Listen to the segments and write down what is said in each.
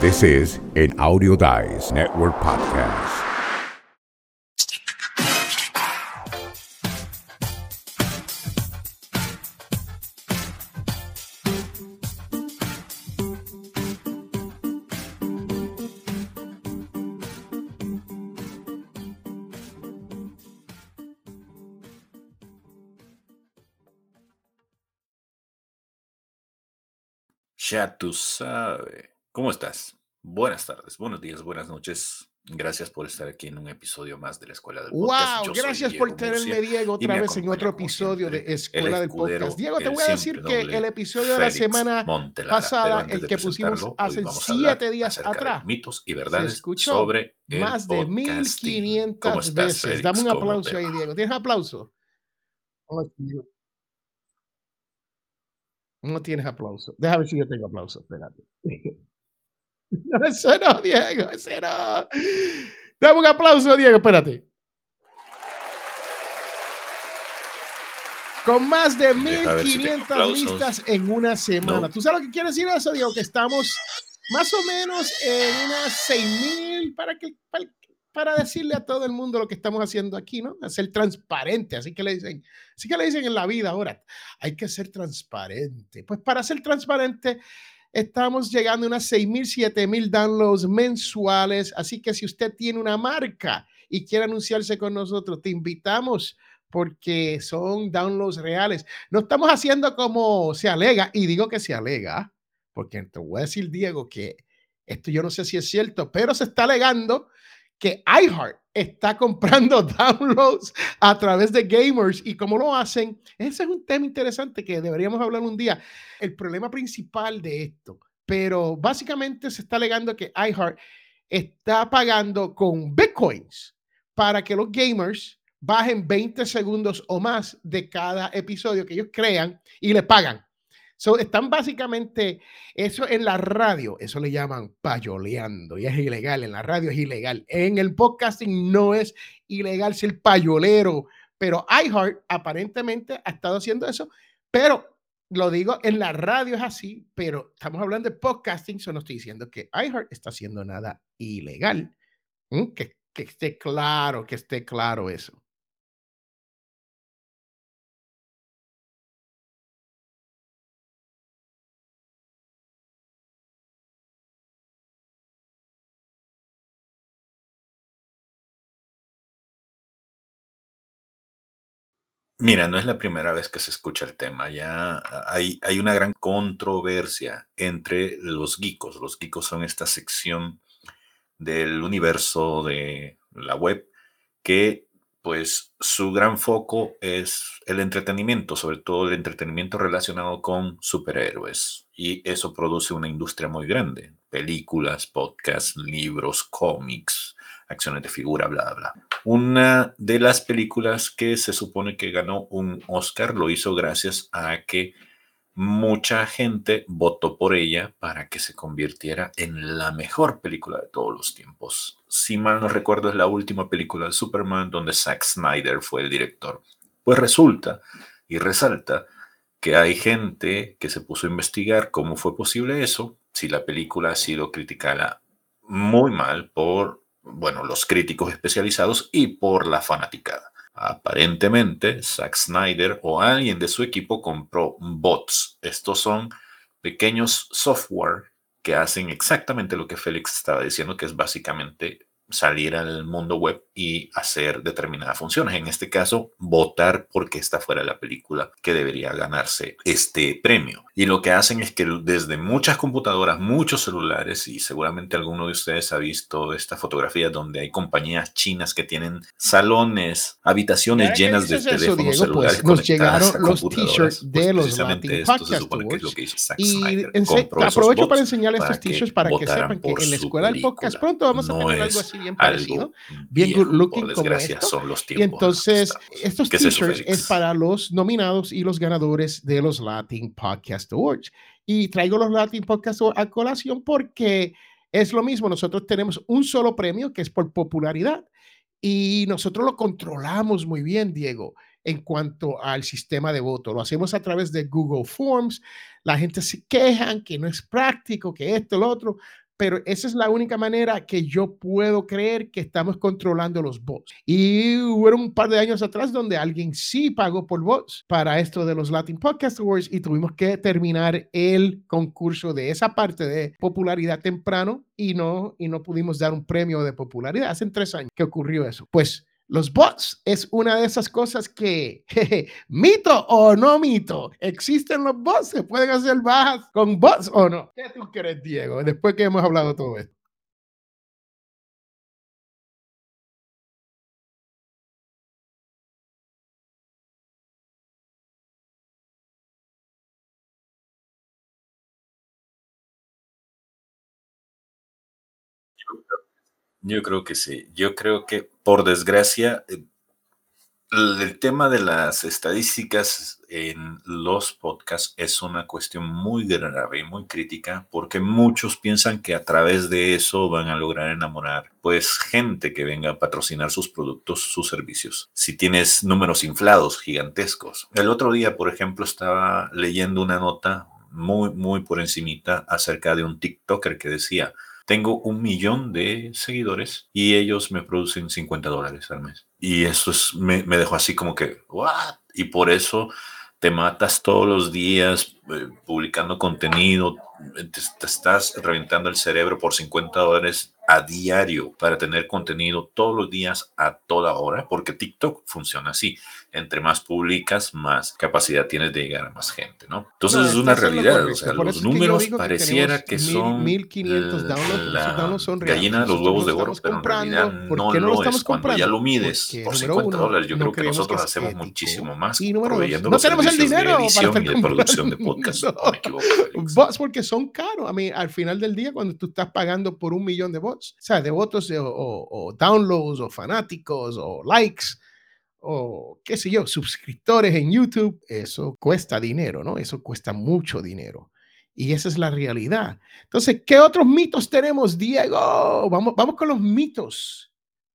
This is an Audio Dice Network podcast. Ya tú sabes. ¿Cómo estás? Buenas tardes, buenos días, buenas noches. Gracias por estar aquí en un episodio más de la Escuela del Podcast. Wow, Yo soy gracias por Diego tenerme, Murcia Diego, y me otra vez en otro acompaña, como episodio de siempre, el Escuela del Podcast. escudero, Diego, te el voy a decir siempre que noble el episodio de la Félix semana Montelara. Pero pasada, antes el de que pusimos presentarlo, hoy hace vamos a hablar 7 días acerca de atrás, mitos y se verdades escuchó sobre el más de podcasting. ¿Cómo 1500 estás, veces. Dame Félix? un ¿Cómo te aplauso ahí, va? Diego. ¿Tienes aplauso? Oh, Diego, no tienes aplauso. Déjame ver si yo tengo aplauso. Espérate. No, ese no, Diego, ese no. Dame un aplauso, Diego, espérate. Con más de Deja ver si tengo 1500 aplausos. vistas en una semana. No. ¿Tú sabes lo que quiere decir eso, Diego? Que estamos más o menos en unas 6,000 para decirle a todo el mundo lo que estamos haciendo aquí, ¿no? A ser transparente, así que le dicen en la vida ahora, hay que ser transparente. Pues para ser transparente, estamos llegando a unas 6,000, 7,000 downloads mensuales, así que si usted tiene una marca y quiere anunciarse con nosotros, te invitamos porque son downloads reales. No estamos haciendo como se alega, y digo que se alega, porque te voy a decir, Diego, que esto yo no sé si es cierto, pero se está alegando que iHeart está comprando downloads a través de gamers y cómo lo hacen. Ese es un tema interesante que deberíamos hablar un día. El problema principal de esto, pero básicamente se está alegando que iHeart está pagando con bitcoins para que los gamers bajen 20 segundos o más de cada episodio que ellos crean y le pagan. So, están básicamente, eso en la radio, eso le llaman payoleando y es ilegal, en la radio es ilegal. En el podcasting no es ilegal ser payolero, pero iHeart aparentemente ha estado haciendo eso, pero lo digo, en la radio es así, pero estamos hablando de podcasting, so no estoy diciendo que iHeart está haciendo nada ilegal. Que que esté claro eso. Mira, no es la primera vez que se escucha el tema. Ya hay una gran controversia entre los geekos. Los geekos son esta sección del universo de la web que, pues, su gran foco es el entretenimiento, sobre todo el entretenimiento relacionado con superhéroes. Y eso produce una industria muy grande. Películas, podcasts, libros, cómics, acciones de figura, bla, bla. Una de las películas que se supone que ganó un Oscar lo hizo gracias a que mucha gente votó por ella para que se convirtiera en la mejor película de todos los tiempos. Si mal no recuerdo, es la última película de Superman donde Zack Snyder fue el director. Pues resulta y resalta que hay gente que se puso a investigar cómo fue posible eso, si la película ha sido criticada muy mal por, bueno, los críticos especializados y por la fanaticada. Aparentemente, Zack Snyder o alguien de su equipo compró bots. Estos son pequeños software que hacen exactamente lo que Félix estaba diciendo, que es básicamente salir al mundo web y hacer determinadas funciones. En este caso, votar porque esta fuera la película que debería ganarse este premio. Y lo que hacen es que desde muchas computadoras, muchos celulares, y seguramente alguno de ustedes ha visto esta fotografía donde hay compañías chinas que tienen salones, habitaciones Ahora que llenas de dices eso, teléfonos Diego, celulares pues nos conectadas llegaron a los t-shirts computadoras. Pues de los Latin precisamente esto se Podcast supone que es lo Awards que hizo Zack y Snyder. Compró esos aprovecho para bots enseñarle estos para t-shirts que para que votaran sepan que por en la su escuela del podcast película. pronto vamos a No tener algo es así bien parecido, algo bien good viejo, por looking como desgracia, esto. son los Y tiempos en los que entonces estamos. estos ¿Qué es eso, t-shirts es Félix? para los nominados y los ganadores de los Latin Podcast Awards. Y traigo los Latin Podcast Awards a colación porque es lo mismo, nosotros tenemos un solo premio que es por popularidad y nosotros lo controlamos muy bien, Diego, en cuanto al sistema de voto. Lo hacemos a través de Google Forms. La gente se quejan que no es práctico, que esto, lo otro, pero esa es la única manera que yo puedo creer que estamos controlando los bots. Y hubo un par de años atrás donde alguien sí pagó por bots para esto de los Latin Podcast Awards y tuvimos que terminar el concurso de esa parte de popularidad temprano y no pudimos dar un premio de popularidad. Hace 3 años que ocurrió eso. Pues los bots es una de esas cosas que, jeje, mito o no mito, existen los bots, se pueden hacer bajas con bots o no. ¿Qué tú crees, Diego? Después que hemos hablado todo esto. Yo creo que sí. Yo creo que, por desgracia, el tema de las estadísticas en los podcasts es una cuestión muy grave y muy crítica porque muchos piensan que a través de eso van a lograr enamorar pues gente que venga a patrocinar sus productos, sus servicios. Si tienes números inflados gigantescos. El otro día, por ejemplo, estaba leyendo una nota muy por encimita acerca de un TikToker que decía: tengo 1 millón de seguidores y ellos me producen $50 al mes. Y eso me dejó así como que, ¿what? Y por eso te matas todos los días publicando contenido, te estás reventando el cerebro por $50 a diario para tener contenido todos los días a toda hora, porque TikTok funciona así. Entre más publicas, más capacidad tienes de llegar a más gente, ¿no? Entonces No, es una estás en lo realidad, o correcto. sea, Por los eso es que yo números digo que pareciera tenemos que son 1500 downloads, pero esos la downloads son reales. gallina de los Nosotros huevos lo de oro, estamos pero en realidad comprando. ¿Por no qué no lo lo es. estamos Cuando ya comprando? lo mides Porque, por número $50, uno, yo no creo que creemos que nosotros es hacemos ético. muchísimo más Y número dos, proveyendo no los tenemos el servicios de dinero para edición estar y de producción de comprando podcast. ¿O me equivoco, Félix? bots porque son caros. A mí, al final del día, cuando tú estás pagando por 1 millón de bots, o sea, de votos o downloads o fanáticos o likes o qué sé yo, suscriptores en YouTube, eso cuesta dinero, ¿no? Eso cuesta mucho dinero. Y esa es la realidad. Entonces, ¿qué otros mitos tenemos, Diego? Vamos con los mitos.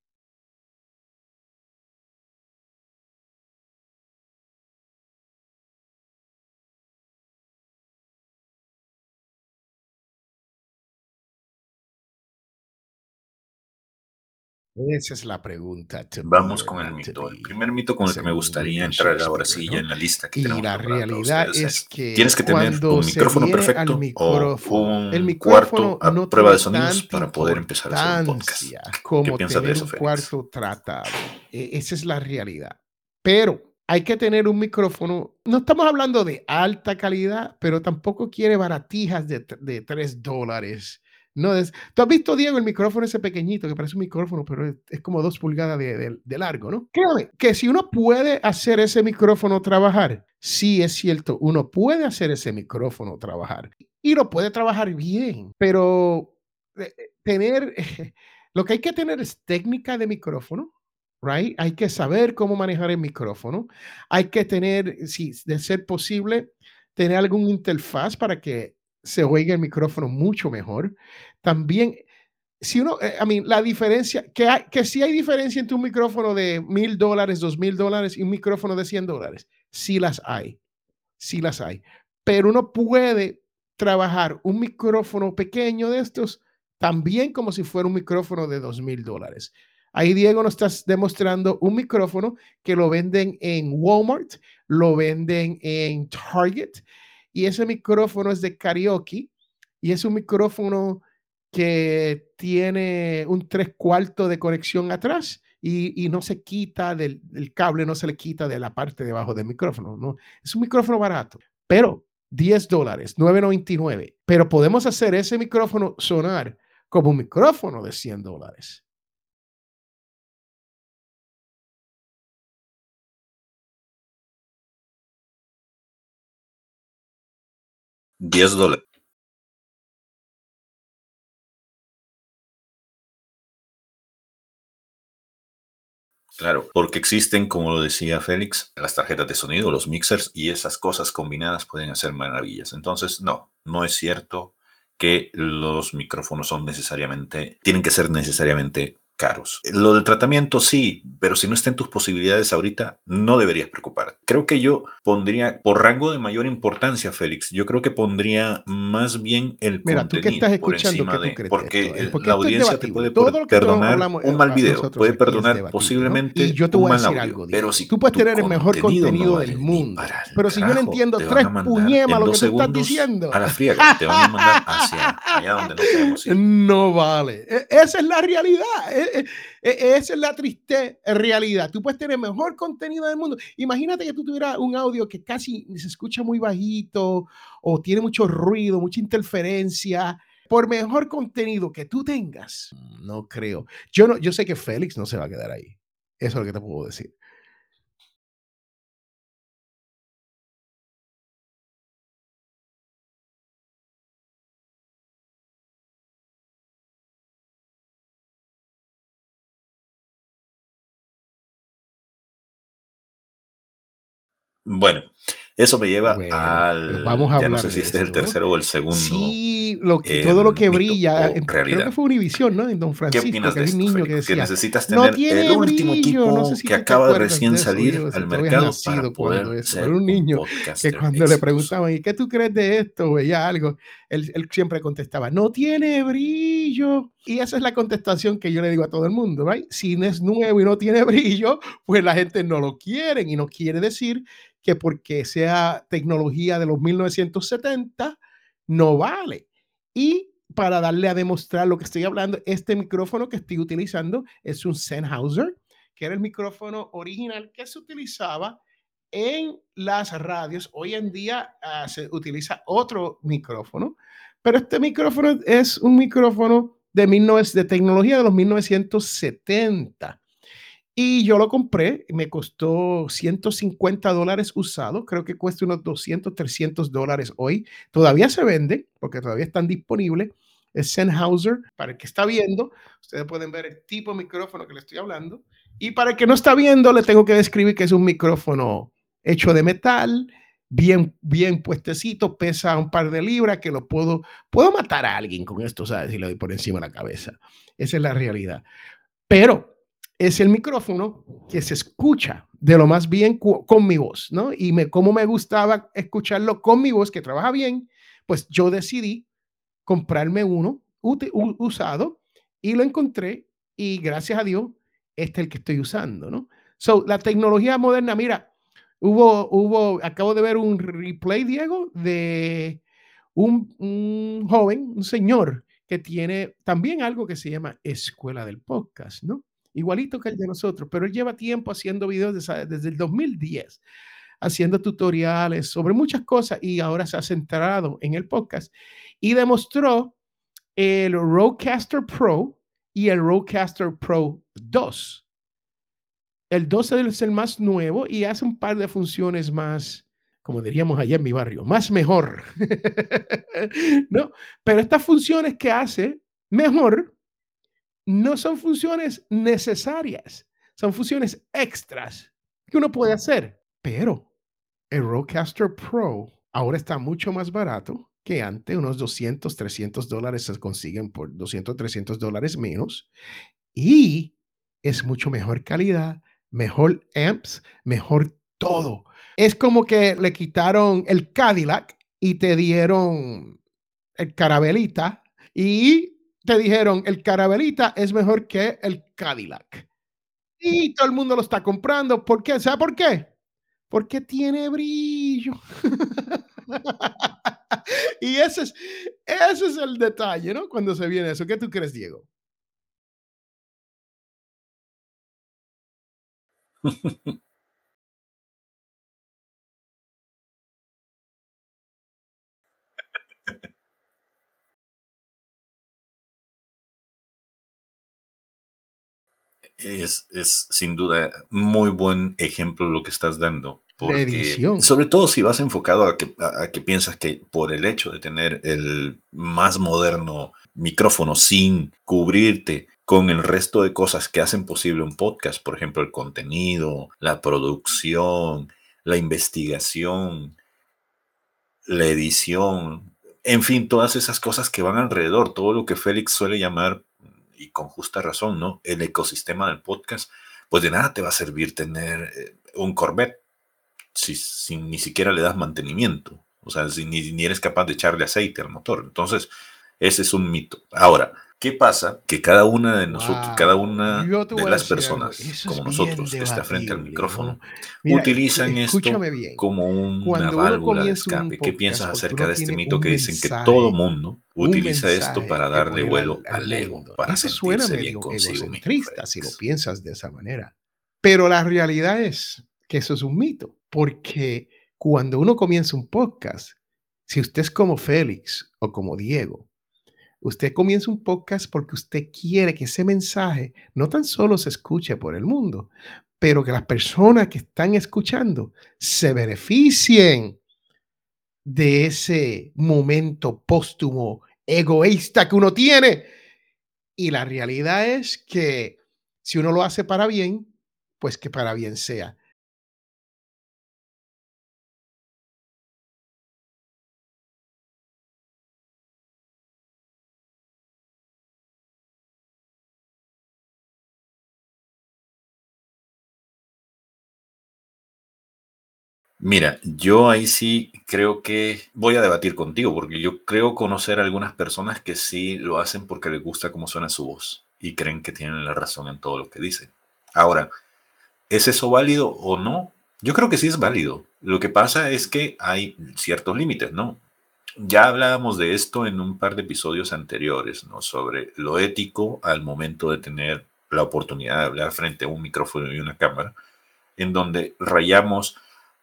Esa es la pregunta, to be Vamos or con el not to mito. El be, primer mito con el que me según gustaría William entrar ahora Shakespeare, sí ya ¿no? en la lista que Y tenemos la preparada para realidad ustedes es es: tienes que que tener cuando un se micrófono viene al perfecto o micrófono, el un cuarto micrófono a no prueba de tiene sonidos tanta para poder empezar a hacer un podcast. importancia ¿Qué como piensas de tener eso, un Félix? cuarto tratado. Esa es la realidad. Pero hay que tener un micrófono, no estamos hablando de alta calidad, pero tampoco quiere baratijas de $3. No es, tú has visto, Diego, el micrófono ese pequeñito que parece un micrófono, pero es como 2 pulgadas de largo, ¿no? Créame que si uno puede hacer ese micrófono trabajar, sí es cierto, uno puede hacer ese micrófono trabajar y lo puede trabajar bien, pero tener, lo que hay que tener es técnica de micrófono, right? Hay que saber cómo manejar el micrófono, hay que tener, si de ser posible, tener algún interfaz para que se oiga el micrófono mucho mejor. También, si uno, la diferencia, que sí hay diferencia entre un micrófono de $1000, $2000 y un micrófono de $100. Sí las hay, sí las hay. Pero uno puede trabajar un micrófono pequeño de estos también como si fuera un micrófono de $2000. Ahí Diego nos estás demostrando un micrófono que lo venden en Walmart, lo venden en Target, y ese micrófono es de karaoke y es un micrófono que tiene un 3/4 de conexión atrás y no se quita del cable, no se le quita de la parte de abajo del micrófono, ¿no? Es un micrófono barato, pero $10, 9.99. Pero podemos hacer ese micrófono sonar como un micrófono de $100. $10. Claro, porque existen, como lo decía Félix, las tarjetas de sonido, los mixers, y esas cosas combinadas pueden hacer maravillas. Entonces, no es cierto que los micrófonos tienen que ser necesariamente caros. Lo del tratamiento sí, pero si no está en tus posibilidades ahorita, no deberías preocuparte. Creo que yo pondría, por rango de mayor importancia, Félix, yo creo que pondría más bien el Mira, tú que estás contenido por escuchando, ¿qué encima tú de, crees de porque esto? Porque la esto es audiencia te debatible. puede Todo lo que perdonar hablamos un mal video, nosotros puede aquí es perdonar debatible, ¿no? Y posiblemente yo te un voy a mal decir audio, algo, pero Diego. si Tú puedes tu tener el mejor contenido no contenido del vale ni para mundo, el pero si yo no carajo, entiendo te van tres a mandar puñemas en lo que dos tú estás segundos diciendo, a la friega, te van a mandar hacia allá donde no queremos ir. no vale. Esa es la realidad. Esa es la triste realidad. Tú puedes tener el mejor contenido del mundo. Imagínate que tú tuvieras un audio que casi se escucha muy bajito o tiene mucho ruido, mucha interferencia. Por mejor contenido que tú tengas, no creo. Yo sé que Félix no se va a quedar ahí. Eso es lo que te puedo decir. Bueno, eso me lleva Bueno, pues vamos al, a ya no hablar sé si de este es el eso, ¿no? tercero o el segundo Sí, todo lo que mito brilla, o creo que realidad. fue Univisión, ¿no? En Don ¿Qué Francisco, opinas que de había un esto, niño que Félix? Que decía, necesitas no tener el tiene último brillo, no sé equipo si que tú te acaba de acuerdas recién de eso, salir Diego, si al tú habías mercado para nacido cuando poder eso, pero ser era un un niño que podcaster cuando le exitoso. preguntaban, ¿y qué tú crees de esto? Veía algo, él siempre contestaba, no tiene brillo. Y esa es la contestación que yo le digo a todo el mundo, ¿right? Si no es nuevo y no tiene brillo, pues la gente no lo quiere y no quiere decir que porque sea tecnología de los 1970 no vale. Y para darle a demostrar lo que estoy hablando, este micrófono que estoy utilizando es un Sennheiser, que era el micrófono original que se utilizaba en las radios. Hoy en día se utiliza otro micrófono, pero este micrófono es un micrófono de tecnología de los 1970. Y yo lo compré, me costó $150 usado, creo que cuesta unos 200, $300 hoy. Todavía se vende, porque todavía están disponibles. Es Sennheiser, para el que está viendo, ustedes pueden ver el tipo de micrófono que le estoy hablando. Y para el que no está viendo, le tengo que describir que es un micrófono hecho de metal, bien puestecito, pesa un par de libras, que puedo matar a alguien con esto, ¿sabes? Si le doy por encima de la cabeza. Esa es la realidad. Pero es el micrófono que se escucha de lo más bien con mi voz, ¿no? Y como me gustaba escucharlo con mi voz, que trabaja bien, pues yo decidí comprarme uno usado y lo encontré y gracias a Dios, este es el que estoy usando, ¿no? So, la tecnología moderna, mira, acabo de ver un replay, Diego, de un joven, un señor que tiene también algo que se llama Escuela del Podcast, ¿no? Igualito que el de nosotros, pero él lleva tiempo haciendo videos desde el 2010, haciendo tutoriales sobre muchas cosas y ahora se ha centrado en el podcast y demostró el Rodecaster Pro y el Rodecaster Pro 2. El 2 es el más nuevo y hace un par de funciones más, como diríamos allá en mi barrio, más mejor. ¿No? Pero estas funciones que hace mejor no son funciones necesarias, son funciones extras que uno puede hacer. Pero el Rodecaster Pro ahora está mucho más barato que antes, unos 200, $300 se consiguen por 200, $300 menos y es mucho mejor calidad, mejor amps, mejor todo. Es como que le quitaron el Cadillac y te dieron el Carabelita y te dijeron el Carabelita es mejor que el Cadillac. Y todo el mundo lo está comprando. ¿Por qué? ¿Sabe por qué? Porque tiene brillo. Y ese es el detalle, ¿no? Cuando se viene eso. ¿Qué tú crees, Diego? Es sin duda muy buen ejemplo lo que estás dando, La porque edición. sobre todo si vas enfocado a que piensas que por el hecho de tener el más moderno micrófono sin cubrirte con el resto de cosas que hacen posible un podcast, por ejemplo, el contenido, la producción, la investigación, la edición, en fin, todas esas cosas que van alrededor, todo lo que Félix suele llamar y con justa razón, ¿no? El ecosistema del podcast, pues de nada te va a servir tener un Corvette si ni siquiera le das mantenimiento. O sea, si ni eres capaz de echarle aceite al motor. Entonces, ese es un mito. Ahora, ¿qué pasa? Que cada una de nosotros, cada Wow, una yo te de voy a las decir algo, personas, eso es como bien nosotros, que está frente al debatible, micrófono, ¿no? Mira, utilizan esto escúchame bien, como una cuando uno válvula de comienza un escape. ¿Qué piensas podcast, porque acerca uno de este tiene mito que dicen que todo mundo un utiliza esto mensaje para que darle poner vuelo al al ego, mundo, para eso suena sentirse bien medio consigo mismo, egocentrista si lo Félix? piensas de esa manera, pero la realidad es que eso es un mito, porque cuando uno comienza un podcast, si usted es como Félix o como Diego, usted comienza un podcast porque usted quiere que ese mensaje no tan solo se escuche por el mundo, pero que las personas que están escuchando se beneficien de ese momento póstumo egoísta que uno tiene. Y la realidad es que si uno lo hace para bien, pues que para bien sea. Mira, yo ahí sí creo que voy a debatir contigo, porque yo creo conocer a algunas personas que sí lo hacen porque les gusta cómo suena su voz y creen que tienen la razón en todo lo que dicen. Ahora, ¿es eso válido o no? Yo creo que sí es válido. Lo que pasa es que hay ciertos límites, ¿no? Ya hablábamos de esto en un par de episodios anteriores, ¿no? Sobre lo ético al momento de tener la oportunidad de hablar frente a un micrófono y una cámara, en donde rayamos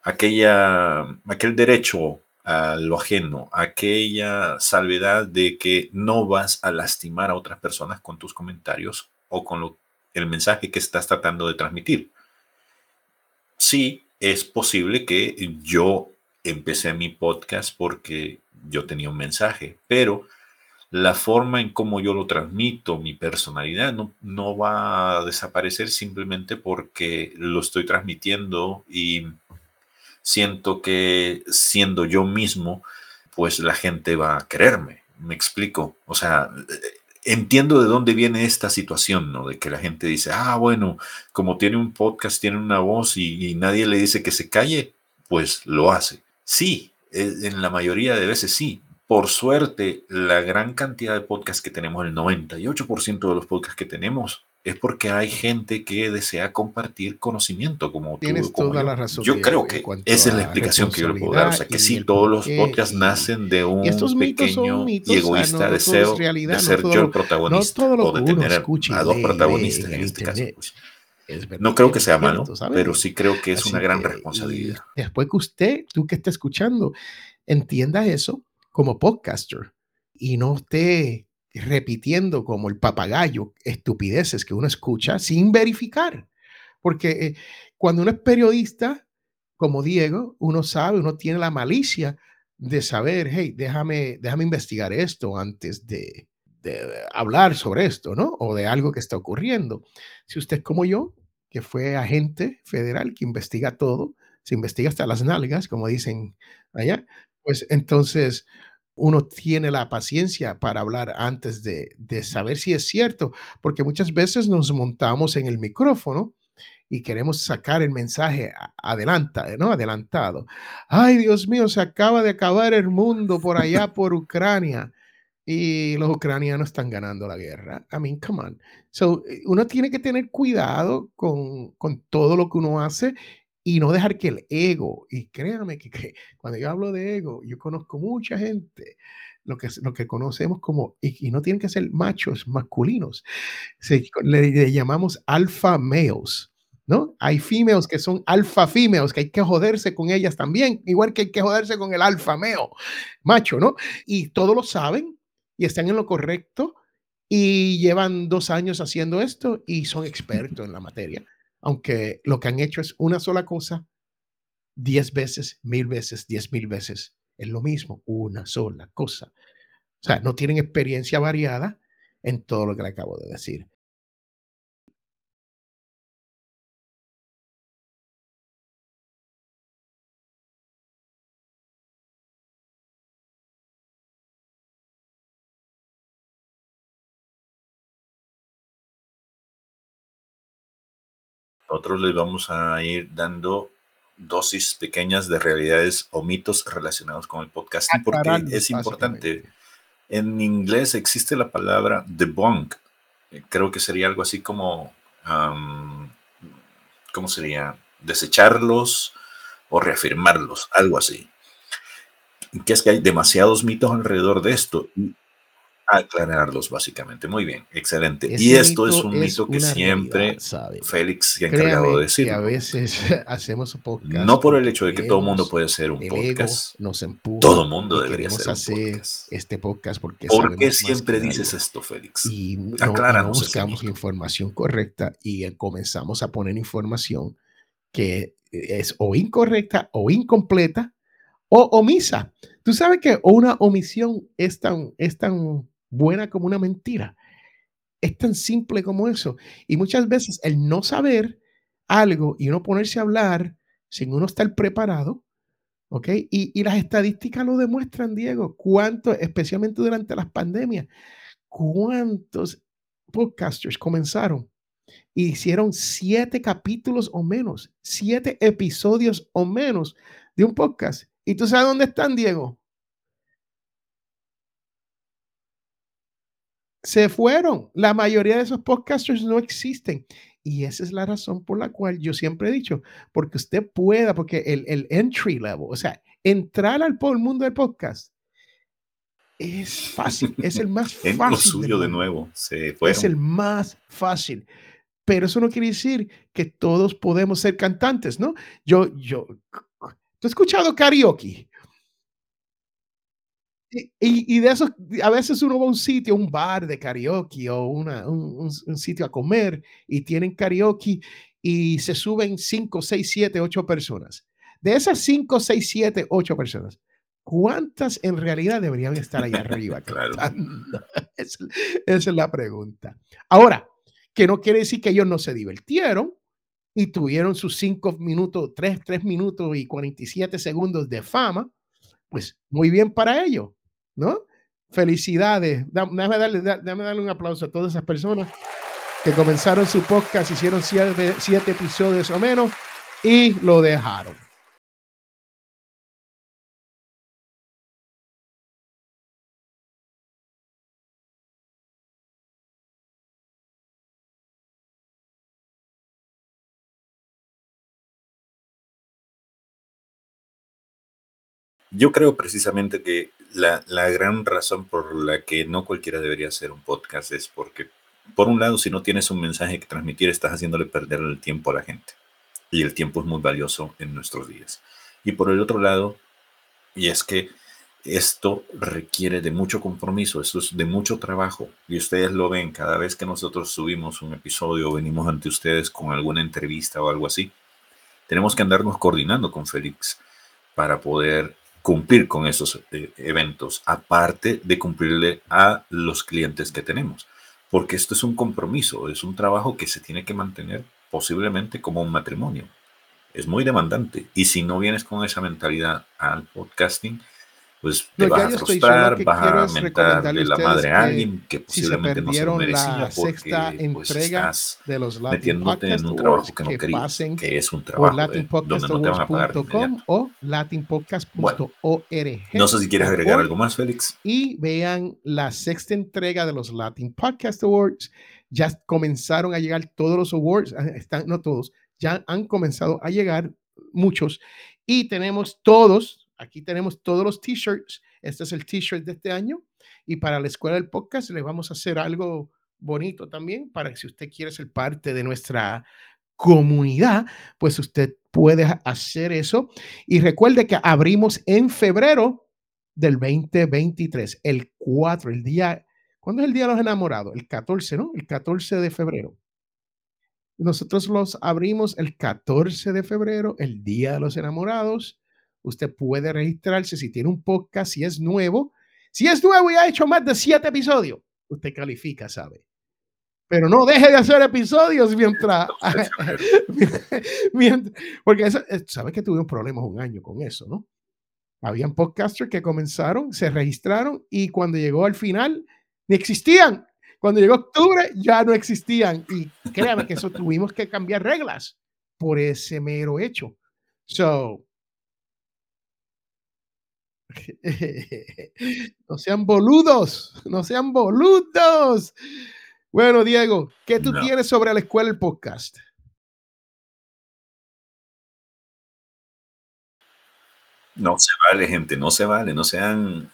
aquel derecho a lo ajeno, aquella salvedad de que no vas a lastimar a otras personas con tus comentarios o con el mensaje que estás tratando de transmitir. Sí, es posible que yo empecé mi podcast porque yo tenía un mensaje, pero la forma en cómo yo lo transmito, mi personalidad, no va a desaparecer simplemente porque lo estoy transmitiendo y siento que siendo yo mismo, pues la gente va a quererme. Me explico. O sea, entiendo de dónde viene esta situación, ¿no? De que la gente dice, ah, bueno, como tiene un podcast, tiene una voz y nadie le dice que se calle, pues lo hace. Sí, en la mayoría de veces sí. Por suerte, la gran cantidad de podcasts que tenemos, el 98% de los podcasts que tenemos, es porque hay gente que desea compartir conocimiento como tú o Tienes como toda la yo. razón, Yo Diego, creo en que cuanto esa es la a explicación que yo le puedo dar. O responsabilidad sea, que y sí, el todos por los qué. podcasts nacen de Y un estos mitos son pequeño y mitos, egoísta no todo es deseo de realidad, ser yo el no protagonista todo lo o que de uno tener escucha y a dos lee y lee protagonistas en en el este caso. internet Pues es no creo que verdaderamente sea malo, cierto, ¿sabes? pero sí creo que es una Así gran que, y responsabilidad. después que usted, tú que está escuchando, entienda eso como podcaster y no esté repitiendo como el papagayo estupideces que uno escucha sin verificar. Porque cuando uno es periodista, como Diego, uno sabe, uno tiene la malicia de saber, hey, déjame investigar esto antes de hablar sobre esto, ¿no? O de algo que está ocurriendo. Si usted es como yo, que fue agente federal que investiga todo, se investiga hasta las nalgas, como dicen allá, pues entonces uno tiene la paciencia para hablar antes de saber si es cierto, porque muchas veces nos montamos en el micrófono y queremos sacar el mensaje ¿no? Adelantado. Ay, Dios mío, se acaba de acabar el mundo por allá por Ucrania y los ucranianos están ganando la guerra. I mean, come on. So, uno tiene que tener cuidado con todo lo que uno hace y no dejar que el ego, y créame que cuando yo hablo de ego, yo conozco mucha gente, lo que conocemos como, y no tienen que ser machos masculinos, le llamamos alpha males, ¿no? Hay females que son alpha females, que hay que joderse con ellas también, igual que hay que joderse con el alfa male, macho, ¿no? Y todos lo saben y están en lo correcto y llevan 2 años haciendo esto y son expertos en la materia, aunque lo que han hecho es una sola cosa 10 veces, 1000 veces, 10,000 veces. Es lo mismo, una sola cosa. O sea, no tienen experiencia variada en todo lo que le acabo de decir. nosotros les vamos a ir dando dosis pequeñas de realidades o mitos relacionados con el podcasting, porque Aclararlos, es importante. básicamente. En inglés existe la palabra debunk. Creo que sería algo así como, ¿cómo sería? Desecharlos o reafirmarlos, algo así. Que es que hay demasiados mitos alrededor de esto. Aclararlos, básicamente. Muy bien, excelente. Y Ese esto es mito un es mito que una realidad, siempre ¿sabe? Félix se ha encargado de Créame que a decirlo. veces hacemos podcast No por el porque hecho de que todo el mundo queremos, puede hacer un el ego podcast. nos Todo empuja el mundo y debería queremos hacer un hacer podcast. este podcast porque ¿Por qué sabemos más que siempre dices nadie esto, Félix? y no Acláranos ese buscamos la mito. información correcta y comenzamos a poner información que es o incorrecta o incompleta o omisa. Tú sabes que una omisión es tan buena como una mentira. Es tan simple como eso. Y muchas veces el no saber algo y no ponerse a hablar sin uno estar preparado, ¿ok? Y las estadísticas lo demuestran, Diego. ¿Cuánto, especialmente durante las pandemias, cuántos podcasters comenzaron e hicieron 7 capítulos o menos, 7 episodios o menos de un podcast? ¿Y tú sabes dónde están, Diego? Se fueron. La mayoría de esos podcasters no existen. Y esa es la razón por la cual yo siempre he dicho, porque usted pueda, porque el entry level, o sea, entrar al mundo del podcast es fácil, es el más En lo fácil del suyo de mundo, nuevo, se es el fueron. más fácil. Pero eso no quiere decir que todos podemos ser cantantes, ¿no? ¿Tú has escuchado karaoke? Y de esos, a veces uno va a un sitio, un bar de karaoke o un sitio a comer y tienen karaoke y se suben 5, 6, 7, 8 personas. De esas 5, 6, 7, 8 personas, ¿cuántas en realidad deberían estar allá arriba Claro. cantando? Esa esa es la pregunta. Ahora, que no quiere decir que ellos no se divirtieron y tuvieron sus 5 minutos, 3 minutos y 47 segundos de fama, pues muy bien para ellos, ¿no? Felicidades. Déjame darle un aplauso a todas esas personas que comenzaron su podcast, hicieron 7 episodios o menos y lo dejaron. Yo creo precisamente que la gran razón por la que no cualquiera debería hacer un podcast es porque, por un lado, si no tienes un mensaje que transmitir, estás haciéndole perder el tiempo a la gente. Y el tiempo es muy valioso en nuestros días. Y por el otro lado, y es que esto requiere de mucho compromiso, esto es de mucho trabajo. Y ustedes lo ven cada vez que nosotros subimos un episodio o venimos ante ustedes con alguna entrevista o algo así. Tenemos que andarnos coordinando con Félix para poder cumplir con esos eventos, aparte de cumplirle a los clientes que tenemos. Porque esto es un compromiso, es un trabajo que se tiene que mantener posiblemente como un matrimonio. Es muy demandante. Y si no vienes con esa mentalidad al podcasting, pues te No, vas ya a yo estoy, yo lo frustrar, que vas quiero a es recomendarle a mentarle la ustedes madre a que alguien que si se posiblemente no se lo perdieron merecía la sexta porque pues entrega estás de los Latin metiéndote en Podcast un Awards, trabajo que no que querías, pasen que es un por trabajo donde no te van a pagar de latinpodcast.com inmediato. o Bueno, no sé si quieres agregar latinpodcast.org algo más, Félix. y vean la sexta entrega de los Latin Podcast Awards. Ya comenzaron a llegar todos los awards, están, no todos, ya han comenzado a llegar muchos y tenemos todos, aquí tenemos todos los t-shirts. Este es el t-shirt de este año y para la escuela del podcast les vamos a hacer algo bonito también para que si usted quiere ser parte de nuestra comunidad, pues usted puede hacer eso. Y recuerde que abrimos en febrero del 2023, el 4, el día, ¿cuándo es el día de los enamorados? El 14, ¿no? El 14 de febrero. Nosotros los abrimos el 14 de febrero, el día de los enamorados. Usted puede registrarse si tiene un podcast, si es nuevo. Si es nuevo y ha hecho más de 7 episodios, usted califica, ¿sabe? Pero no deje de hacer episodios mientras, Hasta febrero. porque eso, sabes que tuvimos problemas un año con eso, ¿no? Habían podcasters que comenzaron, se registraron y cuando llegó al final, ni existían. Cuando llegó octubre, ya no existían. Y créame que eso tuvimos que cambiar reglas por ese mero hecho. So, no sean boludos, no sean boludos. Bueno, Diego, ¿qué tú No, tienes sobre la escuela del podcast? no se vale, gente, no se vale, no sean...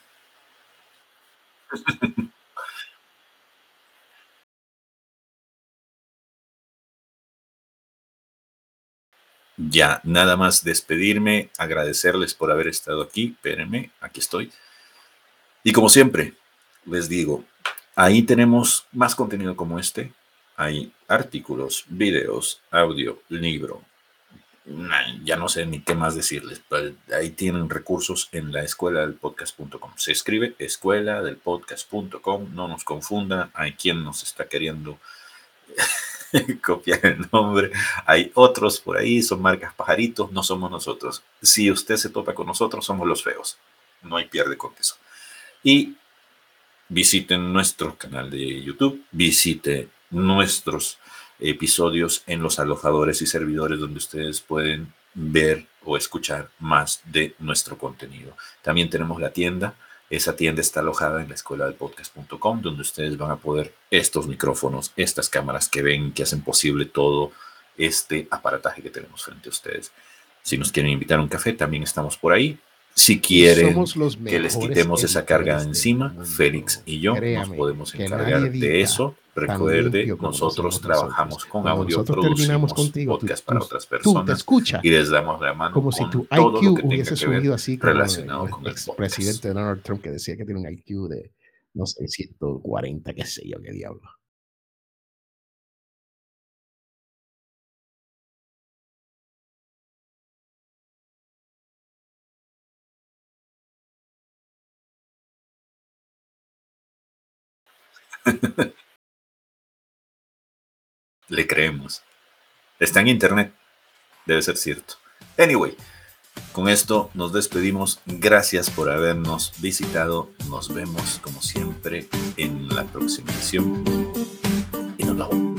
Ya, nada más despedirme, agradecerles por haber estado aquí. Espérenme, aquí estoy. Y como siempre, les digo, ahí tenemos más contenido como este. Hay artículos, videos, audio, libro. Ya no sé ni qué más decirles. Pero ahí tienen recursos en la escuela del podcast.com. Se escribe escuela del podcast.com. No nos confunda. Hay quien nos está queriendo copiar el nombre. Hay otros por ahí, son marcas pajaritos, no somos nosotros. Si usted se topa con nosotros, somos los feos. No hay pierde con eso. Y visiten nuestro canal de YouTube, visite nuestros episodios en los alojadores y servidores donde ustedes pueden ver o escuchar más de nuestro contenido. También tenemos la tienda. Esa tienda está alojada en la escuela del podcast.com, donde ustedes van a poder estos micrófonos, estas cámaras que ven, que hacen posible todo este aparataje que tenemos frente a ustedes. Si nos quieren invitar a un café, también estamos por ahí. Si quieren que les quitemos esa carga encima, Félix y yo nos podemos encargar de eso. Recuerde, nosotros trabajamos con audio, producimos podcast para otras personas y les damos la mano como si con tu todo lo IQ que tenga hubiese que ver subido así como relacionado el con el expresidente podcast. Donald Trump, que decía que tiene un IQ de, no sé, 140, qué sé yo, qué diablo. Le creemos. Está en internet. Debe ser cierto. Anyway, con esto nos despedimos. Gracias por habernos visitado. Nos vemos como siempre en la próxima edición. Y nos vemos.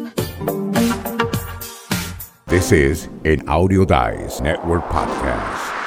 This is an Audio Dice Network podcast.